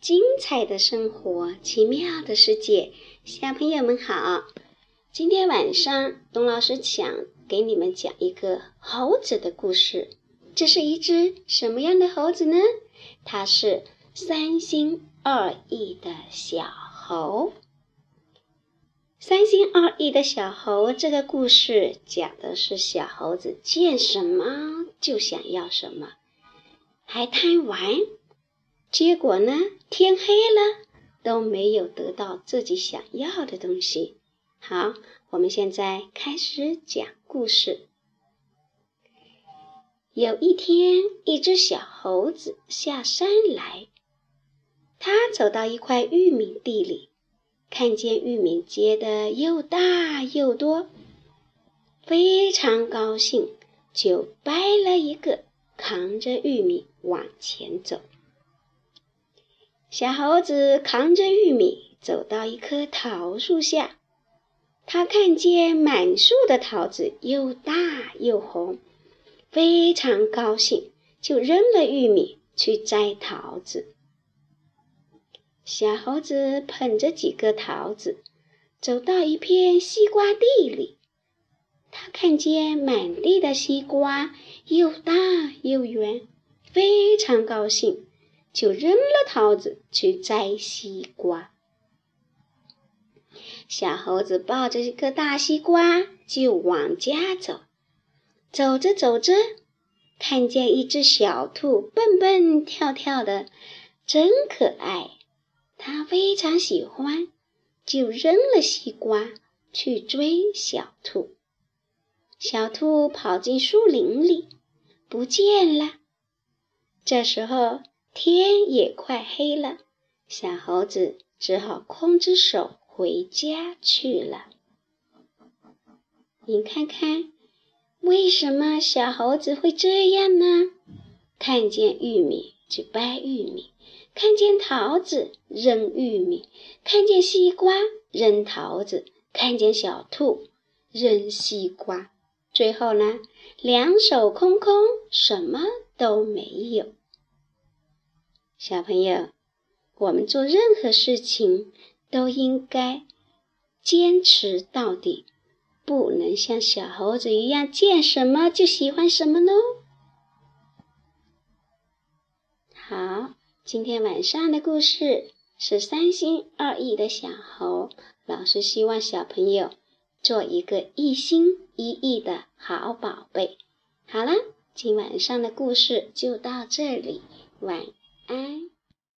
精彩的生活，奇妙的世界。小朋友们好，今天晚上董老师想给你们讲一个猴子的故事。这是一只什么样的猴子呢？它是三心二意的小猴。三心二意的小猴，这个故事讲的是小猴子见什么就想要什么，还贪玩，结果呢，天黑了都没有得到自己想要的东西。好，我们现在开始讲故事。有一天，一只小猴子下山来，它走到一块玉米地里，看见玉米结得又大又多，非常高兴，就掰了一个，扛着玉米往前走。小猴子扛着玉米走到一棵桃树下，他看见满树的桃子又大又红，非常高兴，就扔了玉米去摘桃子。小猴子捧着几个桃子走到一片西瓜地里，他看见满地的西瓜又大又圆，非常高兴，就扔了桃子去摘西瓜。小猴子抱着一个大西瓜就往家走，走着走着，看见一只小兔蹦蹦跳跳的，真可爱，他非常喜欢，就扔了西瓜去追小兔。小兔跑进树林里，不见了。这时候天也快黑了，小猴子只好空着手回家去了。你看看，为什么小猴子会这样呢？看见玉米就掰玉米，看见桃子扔玉米，看见西瓜扔桃子，看见小兔扔西瓜，最后呢，两手空空，什么都没有。小朋友，我们做任何事情都应该坚持到底，不能像小猴子一样见什么就喜欢什么咯。好，今天晚上的故事是三心二意的小猴。老师希望小朋友做一个一心一意的好宝贝。好了，今晚上的故事就到这里，晚安。